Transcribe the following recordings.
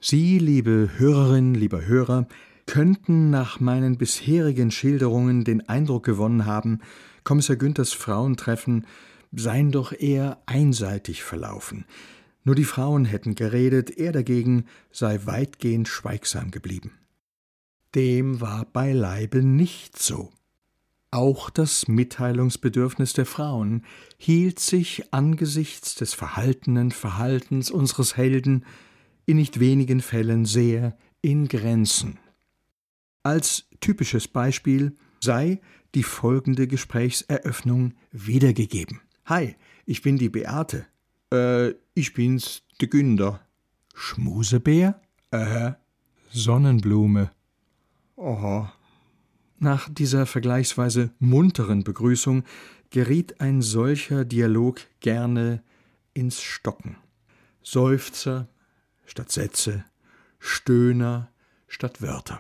Sie, liebe Hörerinnen, lieber Hörer, könnten nach meinen bisherigen Schilderungen den Eindruck gewonnen haben, Kommissar Günthers Frauentreffen seien doch eher einseitig verlaufen. Nur die Frauen hätten geredet, er dagegen sei weitgehend schweigsam geblieben. Dem war beileibe nicht so. Auch das Mitteilungsbedürfnis der Frauen hielt sich angesichts des verhaltenen Verhaltens unseres Helden in nicht wenigen Fällen sehr in Grenzen. Als typisches Beispiel sei die folgende Gesprächseröffnung wiedergegeben. »Hi, ich bin die Beate.« Ich bin's, de Günther.« »Schmusebär?« »Sonnenblume.« »Aha.« Nach dieser vergleichsweise munteren Begrüßung geriet ein solcher Dialog gerne ins Stocken. Seufzer statt Sätze, Stöhner statt Wörter.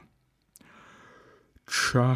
Tja,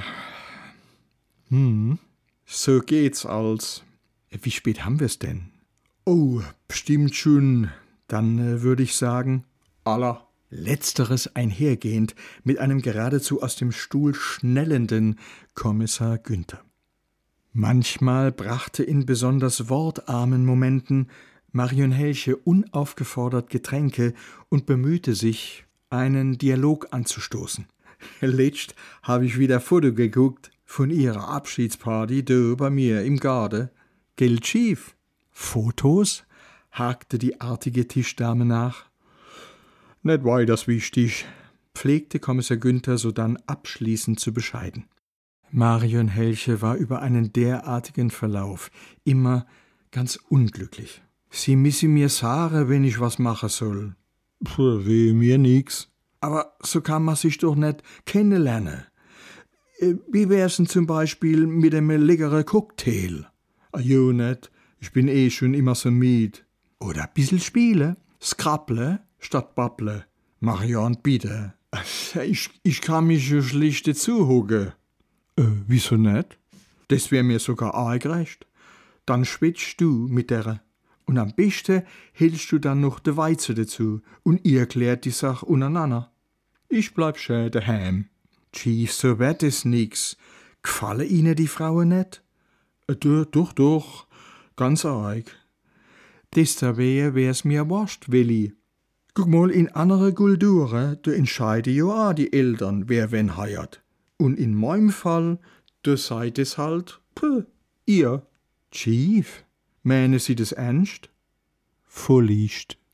so geht's als. Wie spät haben wir's denn? Oh, bestimmt schon. Dann würde ich sagen, aller. Letzteres einhergehend mit einem geradezu aus dem Stuhl schnellenden Kommissar Günther. Manchmal brachte in besonders wortarmen Momenten Marion Helche unaufgefordert Getränke und bemühte sich, einen Dialog anzustoßen. Letzt habe ich wieder Foto geguckt von ihrer Abschiedsparty da bei mir im Garten. Gell, Chief? Fotos? Hakte die artige Tischdame nach. Nicht weiters wichtig, pflegte Kommissar Günther sodann abschließend zu bescheiden. Marion Helche war über einen derartigen Verlauf immer ganz unglücklich. Sie müsse mir sagen, wenn ich was machen soll. Weh mir nix. Aber so kann man sich doch nicht kennenlernen. Wie wär's denn zum Beispiel mit einem leckeren Cocktail? Jo nicht, ich bin schon immer so müd. Oder ein bisschen spielen, Scrabble statt Babble. Marion, bitte. Ich kann mich ja schlicht zuhocken. Wieso nicht? Das wär mir sogar arg recht. Dann schwätzt du mit der. Und am besten hältst du dann noch de Weizen dazu und ihr klärt die Sache untereinander. Ich bleib schön daheim. Chief, so wird es nix. Gefallen Ihnen die Frauen nicht? Doch, ganz arg. Das da wär's mir wurscht, Willi. Guck mal, in andere Kulturen, da entscheiden ja auch die Eltern, wer wen heirat. Und in meinem Fall, da seid es halt, ihr. Chief, meinen Sie das ernst? Vollicht.